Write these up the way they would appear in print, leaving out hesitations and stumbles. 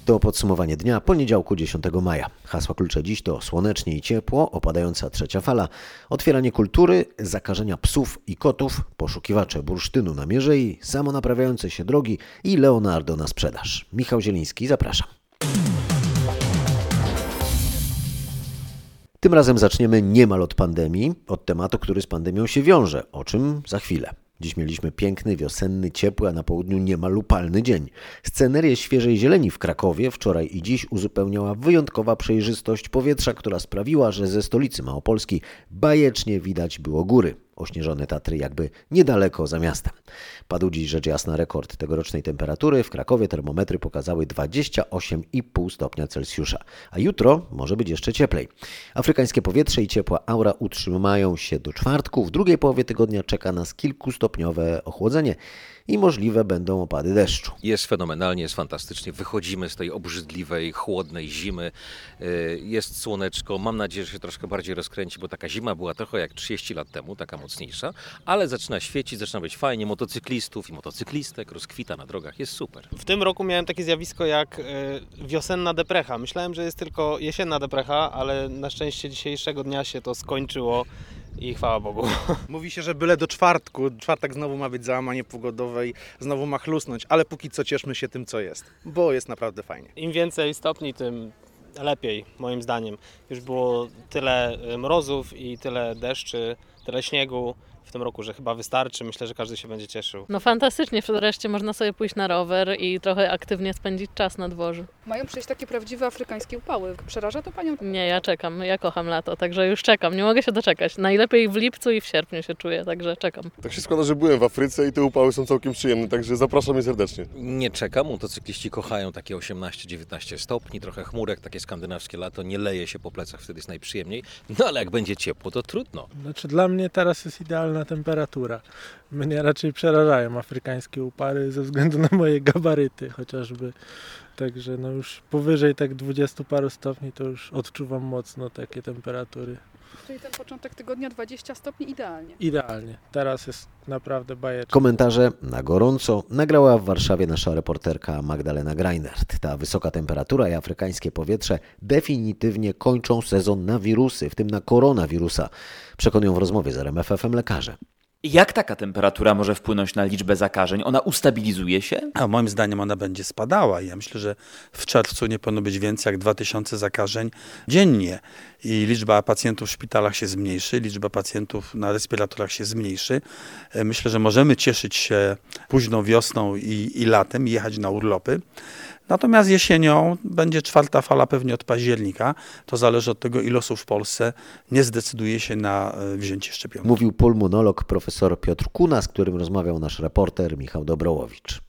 To podsumowanie dnia poniedziałku 10 maja. Hasła klucze dziś to słonecznie i ciepło, opadająca trzecia fala, otwieranie kultury, zakażenia psów i kotów, poszukiwacze bursztynu na mierzei, samonaprawiające się drogi i Leonardo na sprzedaż. Michał Zieliński, zapraszam. Tym razem zaczniemy niemal od pandemii, od tematu, który z pandemią się wiąże, o czym za chwilę. Dziś mieliśmy piękny, wiosenny, ciepły, a na południu niemal upalny dzień. Scenerię świeżej zieleni w Krakowie wczoraj i dziś uzupełniała wyjątkowa przejrzystość powietrza, która sprawiła, że ze stolicy Małopolski bajecznie widać było góry. Ośnieżone Tatry jakby niedaleko za miastem. Padł dziś rzecz jasna rekord tegorocznej temperatury. W Krakowie termometry pokazały 28,5 stopnia Celsjusza. A jutro może być jeszcze cieplej. Afrykańskie powietrze i ciepła aura utrzymają się do czwartku. W drugiej połowie tygodnia czeka nas kilkustopniowe ochłodzenie i możliwe będą opady deszczu. Jest fenomenalnie, jest fantastycznie. Wychodzimy z tej obrzydliwej, chłodnej zimy. Jest słoneczko. Mam nadzieję, że się troszkę bardziej rozkręci, bo taka zima była trochę jak 30 lat temu, taka mocniejsza, ale zaczyna świecić, zaczyna być fajnie. Motocyklistów i motocyklistek rozkwita na drogach. Jest super. W tym roku miałem takie zjawisko jak wiosenna deprecha. Myślałem, że jest tylko jesienna deprecha, ale na szczęście dzisiejszego dnia się to skończyło. I chwała Bogu. Mówi się, że byle do czwartku. Czwartek znowu ma być załamanie pogodowe i znowu ma chlusnąć, ale póki co cieszmy się tym, co jest, bo jest naprawdę fajnie. Im więcej stopni, tym lepiej, moim zdaniem. Już było tyle mrozów i tyle deszczy, tyle śniegu w tym roku, że chyba wystarczy. Myślę, że każdy się będzie cieszył. No fantastycznie, wreszcie można sobie pójść na rower i trochę aktywnie spędzić czas na dworzu. Mają przyjść takie prawdziwe afrykańskie upały. Przeraża to Panią? Nie, ja czekam, ja kocham lato, także już czekam, nie mogę się doczekać. Najlepiej w lipcu i w sierpniu się czuję, także czekam. Tak się składa, że byłem w Afryce i te upały są całkiem przyjemne, także zapraszam je serdecznie. Nie czekam, motocykliści kochają takie 18-19 stopni, trochę chmurek, takie skandynawskie lato, nie leje się po plecach, wtedy jest najprzyjemniej. No ale jak będzie ciepło, to trudno. Znaczy dla mnie teraz jest idealna temperatura. Mnie raczej przerażają afrykańskie upary ze względu na moje gabaryty chociażby. Także no już powyżej tak 20 paru stopni to już odczuwam mocno takie temperatury. Czyli ten początek tygodnia 20 stopni idealnie. Idealnie. Teraz jest naprawdę bajecznie. Komentarze na gorąco nagrała w Warszawie nasza reporterka Magdalena Greinert. Ta wysoka temperatura i afrykańskie powietrze definitywnie kończą sezon na wirusy, w tym na koronawirusa. Przekonują w rozmowie z RMF FM lekarze. Jak taka temperatura może wpłynąć na liczbę zakażeń? Ona ustabilizuje się? A moim zdaniem ona będzie spadała. Ja myślę, że w czerwcu nie powinno być więcej jak 2000 zakażeń dziennie. I liczba pacjentów w szpitalach się zmniejszy, liczba pacjentów na respiratorach się zmniejszy. Myślę, że możemy cieszyć się późną wiosną i latem i jechać na urlopy. Natomiast jesienią będzie czwarta fala pewnie od października. To zależy od tego, ile osób w Polsce nie zdecyduje się na wzięcie szczepionki. Mówił pulmonolog profesor Piotr Kuna, z którym rozmawiał nasz reporter Michał Dobrołowicz.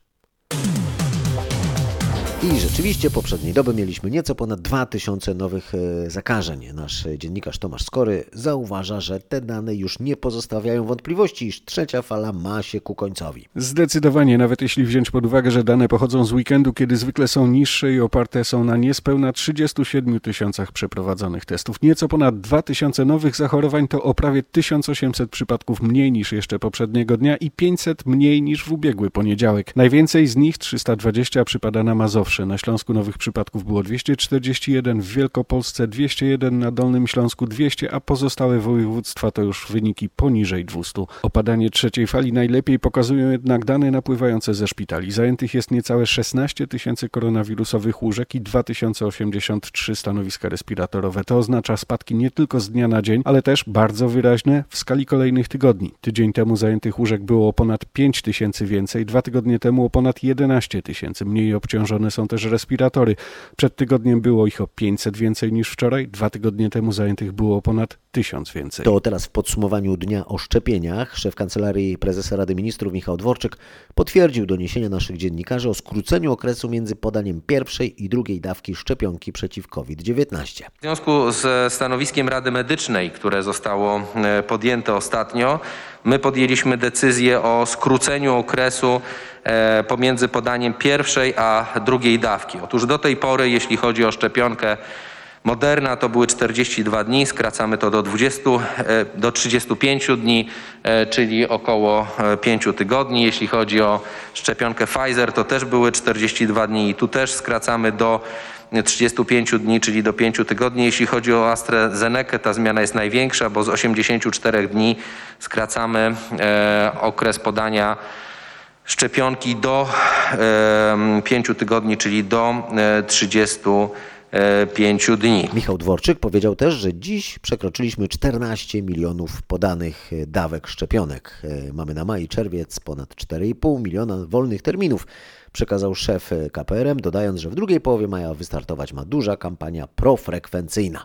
I rzeczywiście poprzedniej doby mieliśmy nieco ponad 2000 nowych zakażeń. Nasz dziennikarz Tomasz Skory zauważa, że te dane już nie pozostawiają wątpliwości, iż trzecia fala ma się ku końcowi. Zdecydowanie, nawet jeśli wziąć pod uwagę, że dane pochodzą z weekendu, kiedy zwykle są niższe i oparte są na niespełna 37 tysiącach przeprowadzonych testów. Nieco ponad 2000 nowych zachorowań to o prawie 1800 przypadków mniej niż jeszcze poprzedniego dnia i 500 mniej niż w ubiegły poniedziałek. Najwięcej z nich, 320, przypada na Mazowsze. Na Śląsku nowych przypadków było 241, w Wielkopolsce 201, na Dolnym Śląsku 200, a pozostałe województwa to już wyniki poniżej 200. Opadanie trzeciej fali najlepiej pokazują jednak dane napływające ze szpitali. Zajętych jest niecałe 16 tysięcy koronawirusowych łóżek i 2083 stanowiska respiratorowe. To oznacza spadki nie tylko z dnia na dzień, ale też bardzo wyraźne w skali kolejnych tygodni. Tydzień temu zajętych łóżek było o ponad 5 tysięcy więcej, 2 tygodnie temu o ponad 11 tysięcy. Mniej obciążone są też respiratory. Przed tygodniem było ich o 500 więcej niż wczoraj, 2 tygodnie temu zajętych było o ponad 1000 więcej. To teraz w podsumowaniu dnia o szczepieniach szef Kancelarii Prezesa Rady Ministrów Michał Dworczyk potwierdził doniesienia naszych dziennikarzy o skróceniu okresu między podaniem pierwszej i drugiej dawki szczepionki przeciw COVID-19. W związku ze stanowiskiem Rady Medycznej, które zostało podjęte ostatnio, my podjęliśmy decyzję o skróceniu okresu pomiędzy podaniem pierwszej a drugiej dawki. Otóż do tej pory, jeśli chodzi o szczepionkę Moderna to były 42 dni, skracamy to do 35 dni, czyli około 5 tygodni. Jeśli chodzi o szczepionkę Pfizer, to też były 42 dni i tu też skracamy do 35 dni, czyli do 5 tygodni. Jeśli chodzi o AstraZenekę, ta zmiana jest największa, bo z 84 dni skracamy okres podania szczepionki do 5 tygodni, czyli do 35 dni. Michał Dworczyk powiedział też, że dziś przekroczyliśmy 14 milionów podanych dawek szczepionek. Mamy na maj i czerwiec ponad 4,5 miliona wolnych terminów, przekazał szef KPRM, dodając, że w drugiej połowie maja wystartować ma duża kampania profrekwencyjna.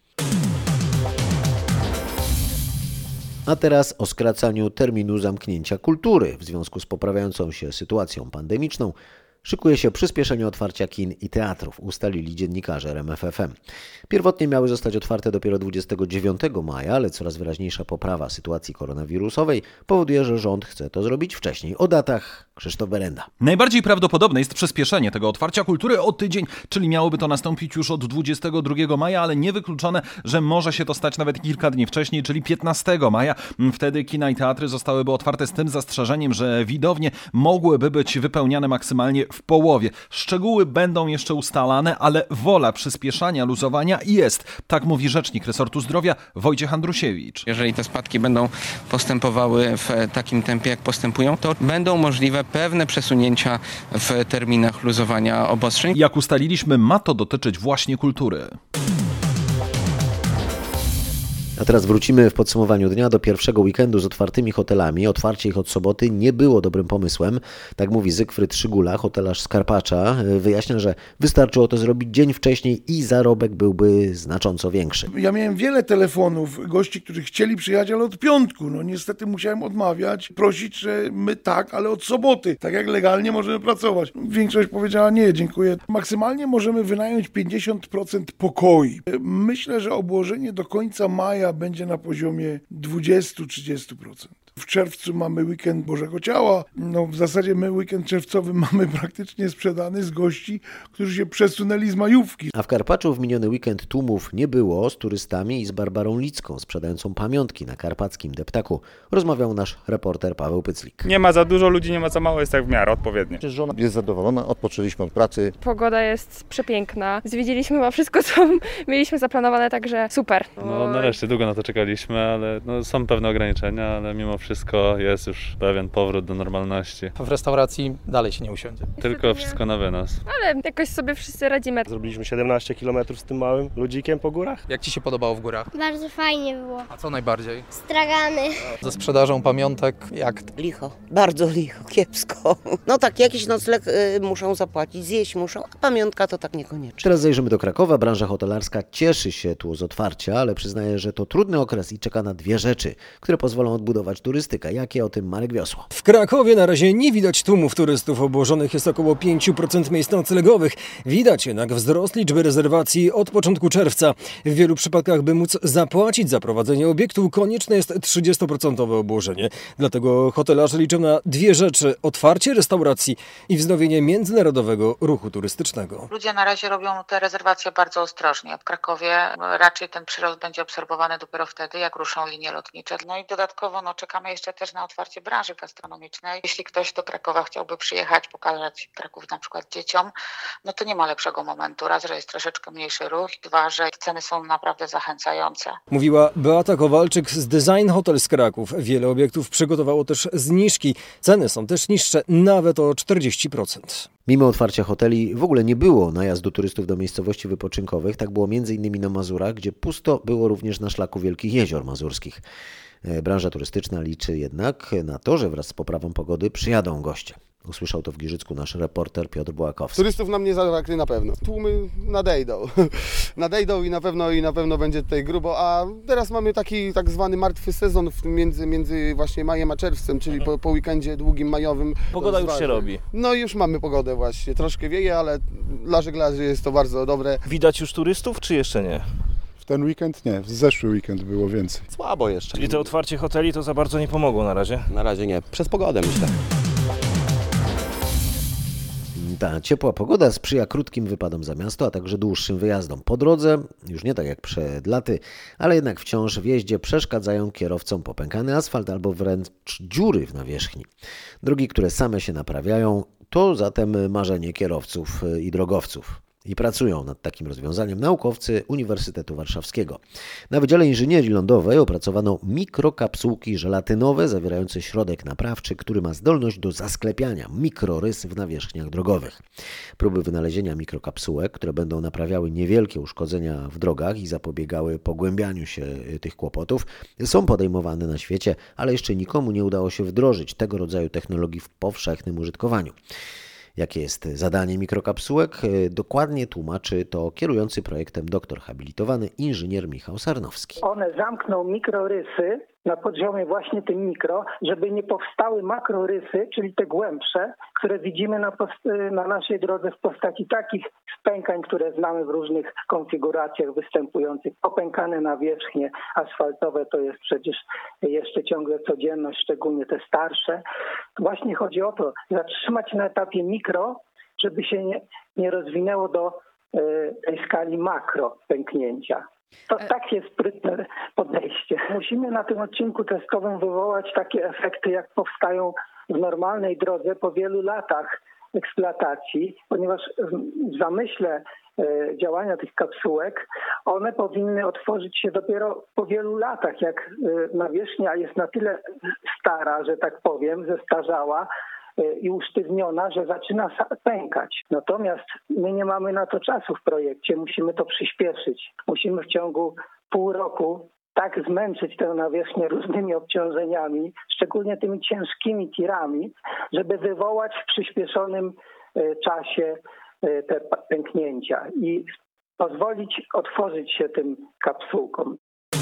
A teraz o skracaniu terminu zamknięcia kultury. W związku z poprawiającą się sytuacją pandemiczną szykuje się przyspieszenie otwarcia kin i teatrów, ustalili dziennikarze RMF FM. Pierwotnie miały zostać otwarte dopiero 29 maja, ale coraz wyraźniejsza poprawa sytuacji koronawirusowej powoduje, że rząd chce to zrobić wcześniej. O datach Krzysztof Berenda. Najbardziej prawdopodobne jest przyspieszenie tego otwarcia kultury o tydzień, czyli miałoby to nastąpić już od 22 maja, ale niewykluczone, że może się to stać nawet kilka dni wcześniej, czyli 15 maja. Wtedy kina i teatry zostałyby otwarte z tym zastrzeżeniem, że widownie mogłyby być wypełniane maksymalnie w połowie. Szczegóły będą jeszcze ustalane, ale wola przyspieszania, luzowania jest. Tak mówi rzecznik resortu zdrowia Wojciech Andrusiewicz. Jeżeli te spadki będą postępowały w takim tempie, jak postępują, to będą możliwe pewne przesunięcia w terminach luzowania obostrzeń. Jak ustaliliśmy, ma to dotyczyć właśnie kultury. A teraz wrócimy w podsumowaniu dnia do pierwszego weekendu z otwartymi hotelami. Otwarcie ich od soboty nie było dobrym pomysłem. Tak mówi Zygfryd Szygula, hotelarz z Karpacza. Wyjaśnia, że wystarczyło to zrobić dzień wcześniej i zarobek byłby znacząco większy. Ja miałem wiele telefonów gości, którzy chcieli przyjechać, ale od piątku. No niestety musiałem odmawiać, prosić, że my tak, ale od soboty. Tak jak legalnie możemy pracować. Większość powiedziała nie, dziękuję. Maksymalnie możemy wynająć 50% pokoi. Myślę, że obłożenie do końca maja będzie na poziomie 20-30%. W czerwcu mamy weekend Bożego Ciała. No w zasadzie my weekend czerwcowy mamy praktycznie sprzedany z gości, którzy się przesunęli z majówki. A w Karpaczu w miniony weekend tłumów nie było. Z turystami i z Barbarą Licką, sprzedającą pamiątki na karpackim deptaku, rozmawiał nasz reporter Paweł Pyclik. Nie ma za dużo ludzi, nie ma za mało, jest tak w miarę odpowiednio. Żona jest zadowolona, odpoczęliśmy od pracy. Pogoda jest przepiękna. Zwiedziliśmy chyba wszystko, co mieliśmy zaplanowane, także super. No nareszcie, długo na to czekaliśmy, ale są pewne ograniczenia, ale mimo wszystko jest już pewien powrót do normalności. W restauracji dalej się nie usiądzie. Tylko wszystko na wynos. Ale jakoś sobie wszyscy radzimy. Zrobiliśmy 17 km z tym małym ludzikiem po górach. Jak Ci się podobało w górach? Bardzo fajnie było. A co najbardziej? Stragany. Ze sprzedażą pamiątek jak? Licho, bardzo licho, kiepsko. No tak, jakiś nocleg muszą zapłacić, zjeść muszą, a pamiątka to tak niekoniecznie. Teraz zajrzymy do Krakowa. Branża hotelarska cieszy się tu z otwarcia, ale przyznaje, że to trudny okres i czeka na dwie rzeczy, które pozwolą odbudować turystykę. Jakie o tym Marek Wiosło? W Krakowie na razie nie widać tłumów turystów. Obłożonych jest około 5% miejsc noclegowych. Widać jednak wzrost liczby rezerwacji od początku czerwca. W wielu przypadkach, by móc zapłacić za prowadzenie obiektu, konieczne jest 30% obłożenie. Dlatego hotelarze liczą na dwie rzeczy: otwarcie restauracji i wznowienie międzynarodowego ruchu turystycznego. Ludzie na razie robią te rezerwacje bardzo ostrożnie. W Krakowie raczej ten przyrost będzie obserwowany dopiero wtedy, jak ruszą linie lotnicze. No i dodatkowo czekamy jeszcze też na otwarcie branży gastronomicznej. Jeśli ktoś do Krakowa chciałby przyjechać, pokazać Kraków na przykład dzieciom, no to nie ma lepszego momentu. Raz, że jest troszeczkę mniejszy ruch, dwa, że ceny są naprawdę zachęcające. Mówiła Beata Kowalczyk z Design Hotels Kraków. Wiele obiektów przygotowało też zniżki. Ceny są też niższe, nawet o 40%. Mimo otwarcia hoteli w ogóle nie było najazdu turystów do miejscowości wypoczynkowych. Tak było m.in. na Mazurach, gdzie pusto było również na szlaku Wielkich Jezior Mazurskich. Branża turystyczna liczy jednak na to, że wraz z poprawą pogody przyjadą goście. Usłyszał to w Giżycku nasz reporter Piotr Bułakowski. Turystów nam nie zabraknie na pewno. Tłumy nadejdą. Nadejdą i na pewno będzie tutaj grubo, a teraz mamy taki tak zwany martwy sezon między właśnie majem a czerwcem, czyli po weekendzie długim majowym. Pogoda już się robi. No już mamy pogodę właśnie. Troszkę wieje, ale dla żeglarzy jest to bardzo dobre. Widać już turystów, czy jeszcze nie? Ten weekend nie, w zeszły weekend było więcej. Słabo jeszcze. Czyli to otwarcie hoteli to za bardzo nie pomogło na razie? Na razie nie, przez pogodę myślę. Ta ciepła pogoda sprzyja krótkim wypadom za miasto, a także dłuższym wyjazdom. Po drodze, już nie tak jak przed laty, ale jednak wciąż w jeździe przeszkadzają kierowcom popękany asfalt albo wręcz dziury w nawierzchni. Drogi, które same się naprawiają, to zatem marzenie kierowców i drogowców. I pracują nad takim rozwiązaniem naukowcy Uniwersytetu Warszawskiego. Na Wydziale Inżynierii Lądowej opracowano mikrokapsułki żelatynowe zawierające środek naprawczy, który ma zdolność do zasklepiania mikrorys w nawierzchniach drogowych. Próby wynalezienia mikrokapsułek, które będą naprawiały niewielkie uszkodzenia w drogach i zapobiegały pogłębianiu się tych kłopotów, są podejmowane na świecie, ale jeszcze nikomu nie udało się wdrożyć tego rodzaju technologii w powszechnym użytkowaniu. Jakie jest zadanie mikrokapsułek? Dokładnie tłumaczy to kierujący projektem doktor habilitowany inżynier Michał Sarnowski. One zamkną mikrorysy na poziomie właśnie tym mikro, żeby nie powstały makrorysy, czyli te głębsze, które widzimy na naszej drodze w postaci takich spękań, które znamy w różnych konfiguracjach występujących. Popękane nawierzchnie asfaltowe to jest przecież jeszcze ciągle codzienność, szczególnie te starsze. Właśnie chodzi o to, zatrzymać na etapie mikro, żeby się nie rozwinęło do tej skali makro pęknięcia. To takie sprytne podejście. Musimy na tym odcinku testowym wywołać takie efekty, jak powstają w normalnej drodze po wielu latach eksploatacji, ponieważ w zamyśle działania tych kapsułek one powinny otworzyć się dopiero po wielu latach, jak nawierzchnia jest na tyle stara, że tak powiem, zestarzała i usztywniona, że zaczyna pękać. Natomiast my nie mamy na to czasu w projekcie, musimy to przyspieszyć. Musimy w ciągu pół roku tak zmęczyć tę nawierzchnię różnymi obciążeniami, szczególnie tymi ciężkimi tirami, żeby wywołać w przyspieszonym czasie te pęknięcia i pozwolić otworzyć się tym kapsułkom.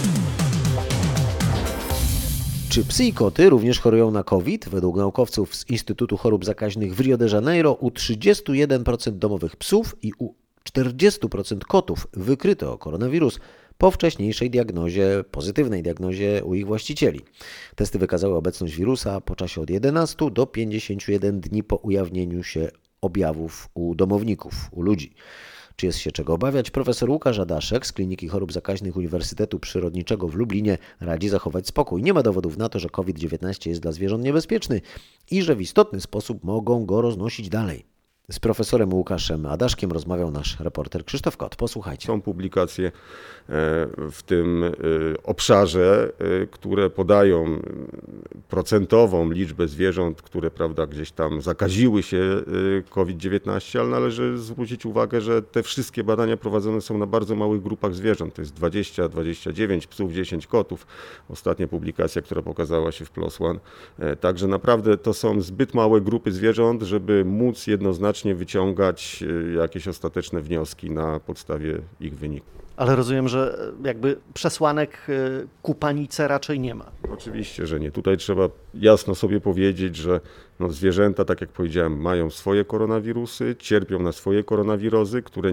Czy psy i koty również chorują na COVID? Według naukowców z Instytutu Chorób Zakaźnych w Rio de Janeiro u 31% domowych psów i u 40% kotów wykryto koronawirus po wcześniejszej diagnozie, pozytywnej diagnozie u ich właścicieli. Testy wykazały obecność wirusa po czasie od 11 do 51 dni po ujawnieniu się objawów u domowników, u ludzi. Czy jest się czego obawiać? Profesor Łukasz Adaszek z Kliniki Chorób Zakaźnych Uniwersytetu Przyrodniczego w Lublinie radzi zachować spokój. Nie ma dowodów na to, że COVID-19 jest dla zwierząt niebezpieczny i że w istotny sposób mogą go roznosić dalej. Z profesorem Łukaszem Adaszkiem rozmawiał nasz reporter Krzysztof Kot. Posłuchajcie. Są publikacje w tym obszarze, które podają procentową liczbę zwierząt, które gdzieś tam zakaziły się COVID-19, ale należy zwrócić uwagę, że te wszystkie badania prowadzone są na bardzo małych grupach zwierząt. To jest 20, 29 psów, 10 kotów. Ostatnia publikacja, która pokazała się w PLOS ONE. Także naprawdę to są zbyt małe grupy zwierząt, żeby móc jednoznacznie wyciągać jakieś ostateczne wnioski na podstawie ich wyników. Ale rozumiem, że jakby przesłanek ku panice raczej nie ma. Oczywiście, że nie. Tutaj trzeba jasno sobie powiedzieć, że zwierzęta, tak jak powiedziałem, mają swoje koronawirusy, cierpią na swoje koronawirozy, które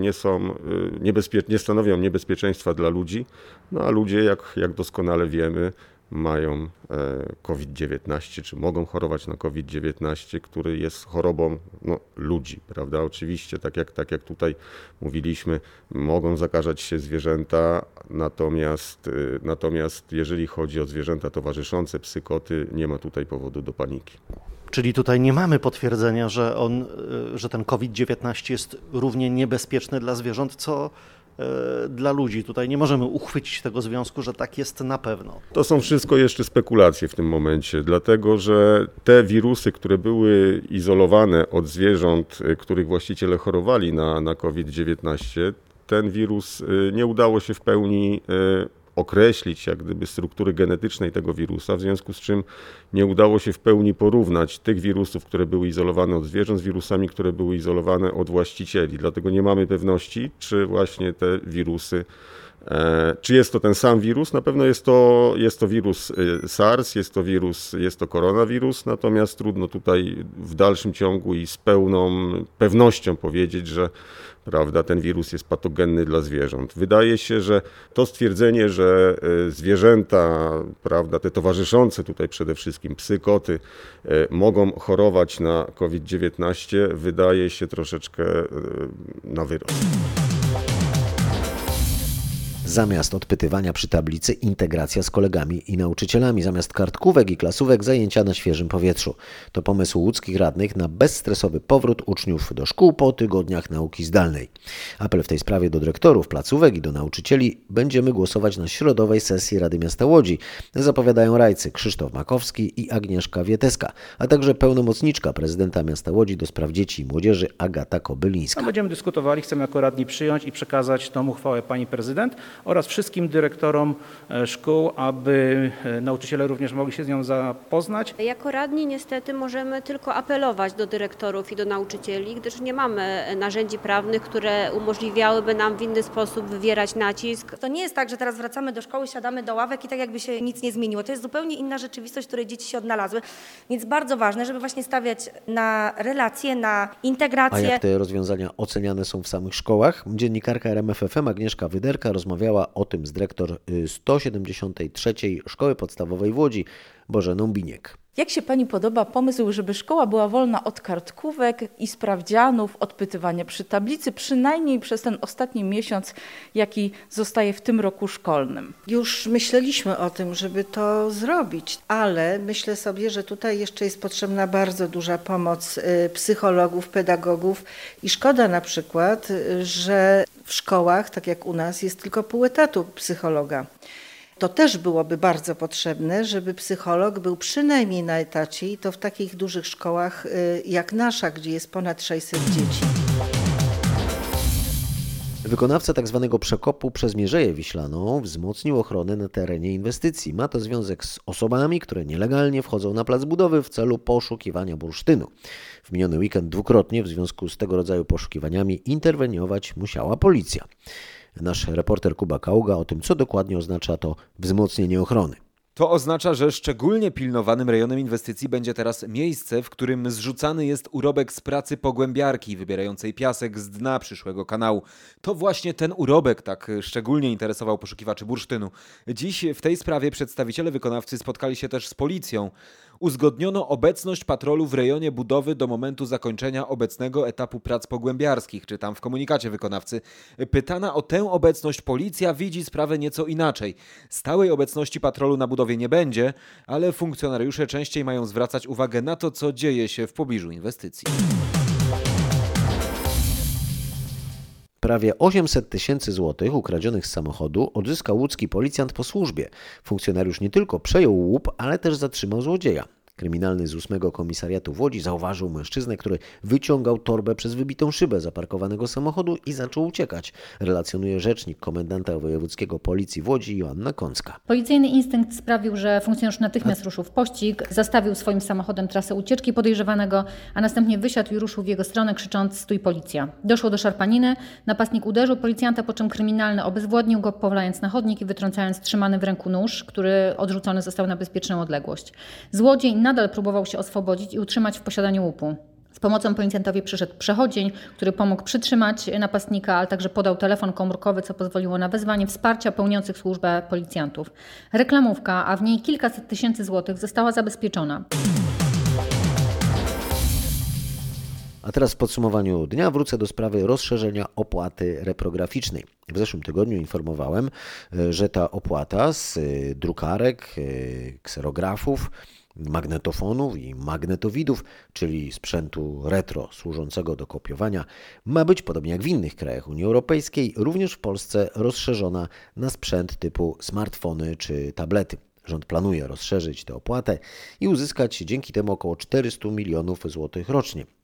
nie stanowią niebezpieczeństwa dla ludzi, a ludzie, jak doskonale wiemy, mają COVID-19, czy mogą chorować na COVID-19, który jest chorobą ludzi, prawda? Oczywiście, tak jak tutaj mówiliśmy, mogą zakażać się zwierzęta, natomiast jeżeli chodzi o zwierzęta towarzyszące, psy, koty, nie ma tutaj powodu do paniki. Czyli tutaj nie mamy potwierdzenia, że ten COVID-19 jest równie niebezpieczny dla zwierząt, co dla ludzi. Tutaj nie możemy uchwycić tego związku, że tak jest na pewno. To są wszystko jeszcze spekulacje w tym momencie, dlatego że te wirusy, które były izolowane od zwierząt, których właściciele chorowali na COVID-19, ten wirus nie udało się w pełni określić jak gdyby struktury genetycznej tego wirusa, w związku z czym nie udało się w pełni porównać tych wirusów, które były izolowane od zwierząt z wirusami, które były izolowane od właścicieli. Dlatego nie mamy pewności, czy właśnie te wirusy Czy jest to ten sam wirus? Na pewno jest to wirus SARS, jest to koronawirus, natomiast trudno tutaj w dalszym ciągu i z pełną pewnością powiedzieć, że prawda, ten wirus jest patogenny dla zwierząt. Wydaje się, że to stwierdzenie, że zwierzęta, prawda, te towarzyszące tutaj przede wszystkim psy, koty, mogą chorować na COVID-19, wydaje się troszeczkę na wyrost. Zamiast odpytywania przy tablicy, integracja z kolegami i nauczycielami. Zamiast kartkówek i klasówek, zajęcia na świeżym powietrzu. To pomysł łódzkich radnych na bezstresowy powrót uczniów do szkół po tygodniach nauki zdalnej. Apel w tej sprawie do dyrektorów placówek i do nauczycieli będziemy głosować na środowej sesji Rady Miasta Łodzi. Zapowiadają radcy Krzysztof Makowski i Agnieszka Wieteska, a także pełnomocniczka prezydenta miasta Łodzi do spraw dzieci i młodzieży Agata Kobylińska. Będziemy dyskutowali, chcemy jako radni przyjąć i przekazać tą uchwałę pani prezydent oraz wszystkim dyrektorom szkół, aby nauczyciele również mogli się z nią zapoznać. Jako radni niestety możemy tylko apelować do dyrektorów i do nauczycieli, gdyż nie mamy narzędzi prawnych, które umożliwiałyby nam w inny sposób wywierać nacisk. To nie jest tak, że teraz wracamy do szkoły, siadamy do ławek i tak jakby się nic nie zmieniło. To jest zupełnie inna rzeczywistość, w której dzieci się odnalazły, więc bardzo ważne, żeby właśnie stawiać na relacje, na integrację. A jak te rozwiązania oceniane są w samych szkołach? Dziennikarka RMF FM Agnieszka Wyderka rozmawiała o tym z dyrektor 173. Szkoły Podstawowej w Łodzi, Bożeną Biniek. Jak się Pani podoba pomysł, żeby szkoła była wolna od kartkówek i sprawdzianów, odpytywania przy tablicy, przynajmniej przez ten ostatni miesiąc, jaki zostaje w tym roku szkolnym? Już myśleliśmy o tym, żeby to zrobić, ale myślę sobie, że tutaj jeszcze jest potrzebna bardzo duża pomoc psychologów, pedagogów i szkoda na przykład, że w szkołach, tak jak u nas, jest tylko pół etatu psychologa. To też byłoby bardzo potrzebne, żeby psycholog był przynajmniej na etacie i to w takich dużych szkołach jak nasza, gdzie jest ponad 600 dzieci. Wykonawca tzw. przekopu przez Mierzeję Wiślaną wzmocnił ochronę na terenie inwestycji. Ma to związek z osobami, które nielegalnie wchodzą na plac budowy w celu poszukiwania bursztynu. W miniony weekend dwukrotnie w związku z tego rodzaju poszukiwaniami interweniować musiała policja. Nasz reporter Kuba Kaługa o tym, co dokładnie oznacza to wzmocnienie ochrony. To oznacza, że szczególnie pilnowanym rejonem inwestycji będzie teraz miejsce, w którym zrzucany jest urobek z pracy pogłębiarki wybierającej piasek z dna przyszłego kanału. To właśnie ten urobek tak szczególnie interesował poszukiwaczy bursztynu. Dziś w tej sprawie przedstawiciele wykonawcy spotkali się też z policją. Uzgodniono obecność patrolu w rejonie budowy do momentu zakończenia obecnego etapu prac pogłębiarskich, czytam w komunikacie wykonawcy. Pytana o tę obecność policja widzi sprawę nieco inaczej. Stałej obecności patrolu na budowie nie będzie, ale funkcjonariusze częściej mają zwracać uwagę na to, co dzieje się w pobliżu inwestycji. Prawie 800 tysięcy złotych ukradzionych z samochodu odzyskał łódzki policjant po służbie. Funkcjonariusz nie tylko przejął łup, ale też zatrzymał złodzieja. Kryminalny z 8 Komisariatu w Łodzi zauważył mężczyznę, który wyciągał torbę przez wybitą szybę zaparkowanego samochodu i zaczął uciekać, relacjonuje rzecznik komendanta wojewódzkiego Policji w Łodzi Joanna Kącka. Policyjny instynkt sprawił, że funkcjonariusz natychmiast ruszył w pościg, zastawił swoim samochodem trasę ucieczki podejrzewanego, a następnie wysiadł i ruszył w jego stronę, krzycząc: "Stój, policja!". Doszło do szarpaniny, napastnik uderzył policjanta, po czym kryminalny obezwładnił go, powalając na chodnik i wytrącając trzymany w ręku nóż, który odrzucony został na bezpieczną odległość. Złodziej nadal próbował się oswobodzić i utrzymać w posiadaniu łupu. Z pomocą policjantowi przyszedł przechodzień, który pomógł przytrzymać napastnika, ale także podał telefon komórkowy, co pozwoliło na wezwanie wsparcia pełniących służbę policjantów. Reklamówka, a w niej kilkaset tysięcy złotych, została zabezpieczona. A teraz w podsumowaniu dnia wrócę do sprawy rozszerzenia opłaty reprograficznej. W zeszłym tygodniu informowałem, że ta opłata z drukarek, kserografów, magnetofonów i magnetowidów, czyli sprzętu retro służącego do kopiowania, ma być, podobnie jak w innych krajach Unii Europejskiej, również w Polsce rozszerzona na sprzęt typu smartfony czy tablety. Rząd planuje rozszerzyć tę opłatę i uzyskać dzięki temu około 400 milionów złotych rocznie.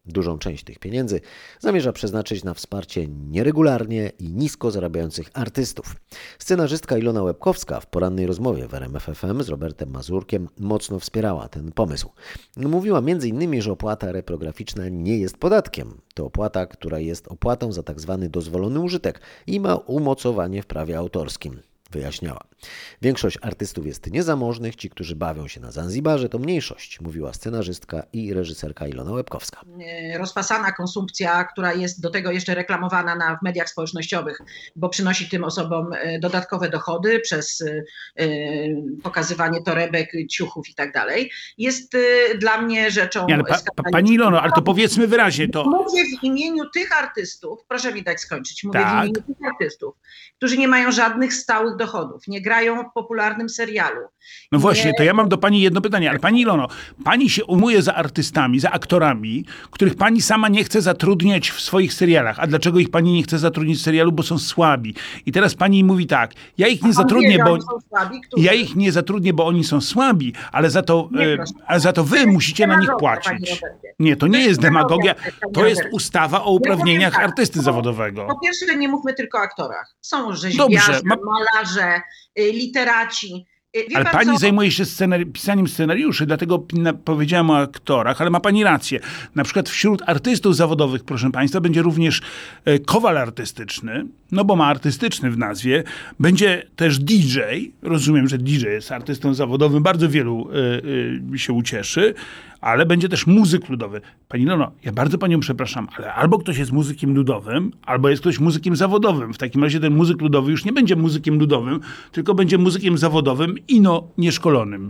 Dużą część tych pieniędzy zamierza przeznaczyć na wsparcie nieregularnie i nisko zarabiających artystów. Scenarzystka Ilona Łebkowska w porannej rozmowie w RMF FM z Robertem Mazurkiem mocno wspierała ten pomysł. Mówiła m.in., że opłata reprograficzna nie jest podatkiem. To opłata, która jest opłatą za tzw. dozwolony użytek i ma umocowanie w prawie autorskim. Wyjaśniała. Większość artystów jest niezamożnych, ci, którzy bawią się na Zanzibarze, to mniejszość, mówiła scenarzystka i reżyserka Ilona Łebkowska. Rozpasana konsumpcja, która jest do tego jeszcze reklamowana w mediach społecznościowych, bo przynosi tym osobom dodatkowe dochody przez pokazywanie torebek, ciuchów i tak dalej, jest dla mnie rzeczą... Pani Ilono, ale to powiedzmy wyraźnie to... Mówię w imieniu tych artystów, proszę mi dać skończyć, mówię w imieniu tych artystów, którzy nie mają żadnych stałych dochodów, nie grają w popularnym serialu. No właśnie, to ja mam do pani jedno pytanie, ale pani Ilono, pani się umuje za artystami, za aktorami, których pani sama nie chce zatrudniać w swoich serialach. A dlaczego ich pani nie chce zatrudnić w serialu? Bo są słabi. I teraz pani mówi tak, ja ich nie zatrudnię, bo oni są słabi, ale za to wy musicie na nich płacić. Nie, to nie jest demagogia, to jest ustawa o uprawnieniach artysty zawodowego. Po pierwsze, nie mówmy tylko o aktorach. Są rzeźbiarze, malarze, literaci. Ale pani zajmuje się pisaniem scenariuszy, dlatego powiedziałem o aktorach, ale ma pani rację. Na przykład wśród artystów zawodowych, proszę państwa, będzie również kowal artystyczny, no bo ma artystyczny w nazwie. Będzie też DJ. Rozumiem, że DJ jest artystą zawodowym. Bardzo wielu się ucieszy. Ale będzie też muzyk ludowy. Pani Ilono, ja bardzo panią przepraszam, ale albo ktoś jest muzykiem ludowym, albo jest ktoś muzykiem zawodowym. W takim razie ten muzyk ludowy już nie będzie muzykiem ludowym, tylko będzie muzykiem zawodowym i nieszkolonym.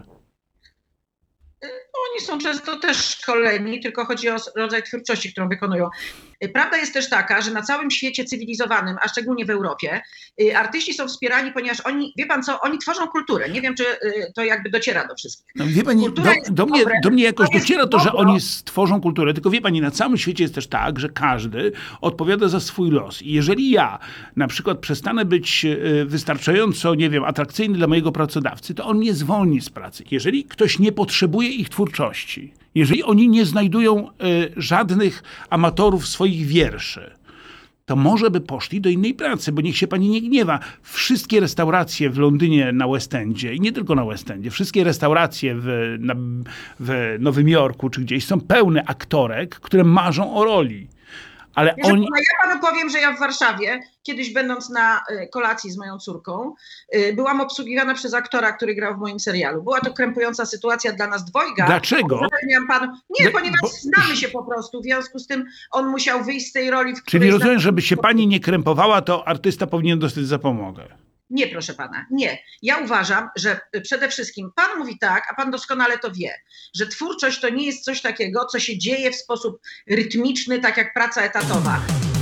Oni są często też szkoleni, tylko chodzi o rodzaj twórczości, którą wykonują. Prawda jest też taka, że na całym świecie cywilizowanym, a szczególnie w Europie, artyści są wspierani, ponieważ oni, wie pan co, oni tworzą kulturę. Nie wiem, czy to jakby dociera do wszystkich. No, wie pani, do mnie jakoś dociera to, że oni stworzą kulturę, tylko wie pani, na całym świecie jest też tak, że każdy odpowiada za swój los. I jeżeli ja na przykład przestanę być wystarczająco, nie wiem, atrakcyjny dla mojego pracodawcy, to on mnie zwolni z pracy. Jeżeli ktoś nie potrzebuje ich twórczości, jeżeli oni nie znajdują żadnych amatorów swoich wierszy, to może by poszli do innej pracy, bo niech się pani nie gniewa. Wszystkie restauracje w Londynie na West Endzie i nie tylko na West Endzie, wszystkie restauracje w Nowym Jorku czy gdzieś są pełne aktorek, które marzą o roli. Ale ja panu powiem, że ja w Warszawie, kiedyś będąc na kolacji z moją córką, byłam obsługiwana przez aktora, który grał w moim serialu. Była to krępująca sytuacja dla nas dwojga. Dlaczego? Ponieważ znamy się po prostu. W związku z tym on musiał wyjść z tej roli, w której... Czyli rozumiem, żeby się pani nie krępowała, to artysta powinien dostać zapomogę. Nie, proszę pana, nie. Ja uważam, że przede wszystkim pan mówi tak, a pan doskonale to wie, że twórczość to nie jest coś takiego, co się dzieje w sposób rytmiczny, tak jak praca etatowa.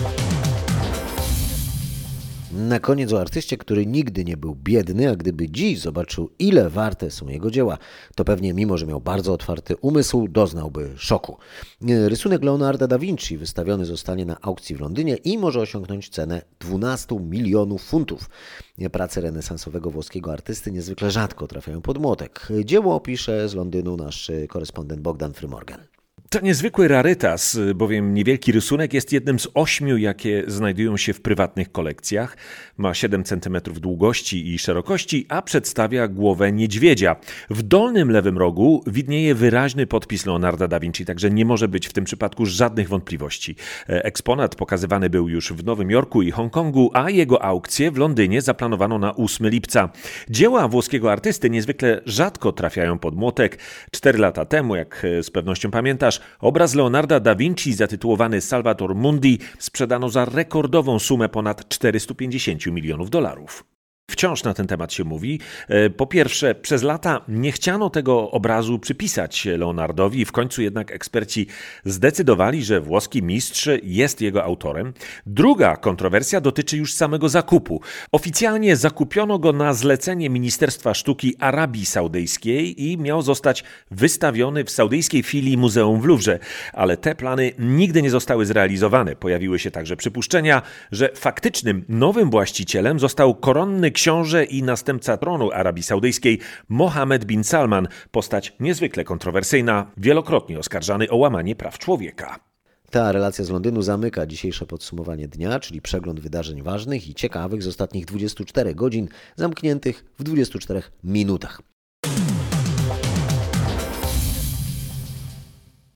Na koniec o artyście, który nigdy nie był biedny, a gdyby dziś zobaczył, ile warte są jego dzieła, to pewnie, mimo że miał bardzo otwarty umysł, doznałby szoku. Rysunek Leonarda da Vinci wystawiony zostanie na aukcji w Londynie i może osiągnąć cenę 12 milionów funtów. Prace renesansowego włoskiego artysty niezwykle rzadko trafiają pod młotek. Dzieło opisze z Londynu nasz korespondent Bogdan Frymorgan. To niezwykły rarytas, bowiem niewielki rysunek jest jednym z 8, jakie znajdują się w prywatnych kolekcjach. Ma 7 cm długości i szerokości, a przedstawia głowę niedźwiedzia. W dolnym lewym rogu widnieje wyraźny podpis Leonarda da Vinci, także nie może być w tym przypadku żadnych wątpliwości. Eksponat pokazywany był już w Nowym Jorku i Hongkongu, a jego aukcję w Londynie zaplanowano na 8 lipca. Dzieła włoskiego artysty niezwykle rzadko trafiają pod młotek. 4 lata temu, jak z pewnością pamiętasz, obraz Leonarda da Vinci zatytułowany Salvator Mundi sprzedano za rekordową sumę ponad 450 milionów dolarów. Wciąż na ten temat się mówi. Po pierwsze, przez lata nie chciano tego obrazu przypisać Leonardowi, w końcu jednak eksperci zdecydowali, że włoski mistrz jest jego autorem. Druga kontrowersja dotyczy już samego zakupu. Oficjalnie zakupiono go na zlecenie Ministerstwa Sztuki Arabii Saudyjskiej i miał zostać wystawiony w saudyjskiej filii Muzeum w Luwrze, ale te plany nigdy nie zostały zrealizowane. Pojawiły się także przypuszczenia, że faktycznym nowym właścicielem został koronny książę i następca tronu Arabii Saudyjskiej Mohammed bin Salman, postać niezwykle kontrowersyjna, wielokrotnie oskarżany o łamanie praw człowieka. Ta relacja z Londynu zamyka dzisiejsze podsumowanie dnia, czyli przegląd wydarzeń ważnych i ciekawych z ostatnich 24 godzin, zamkniętych w 24 minutach.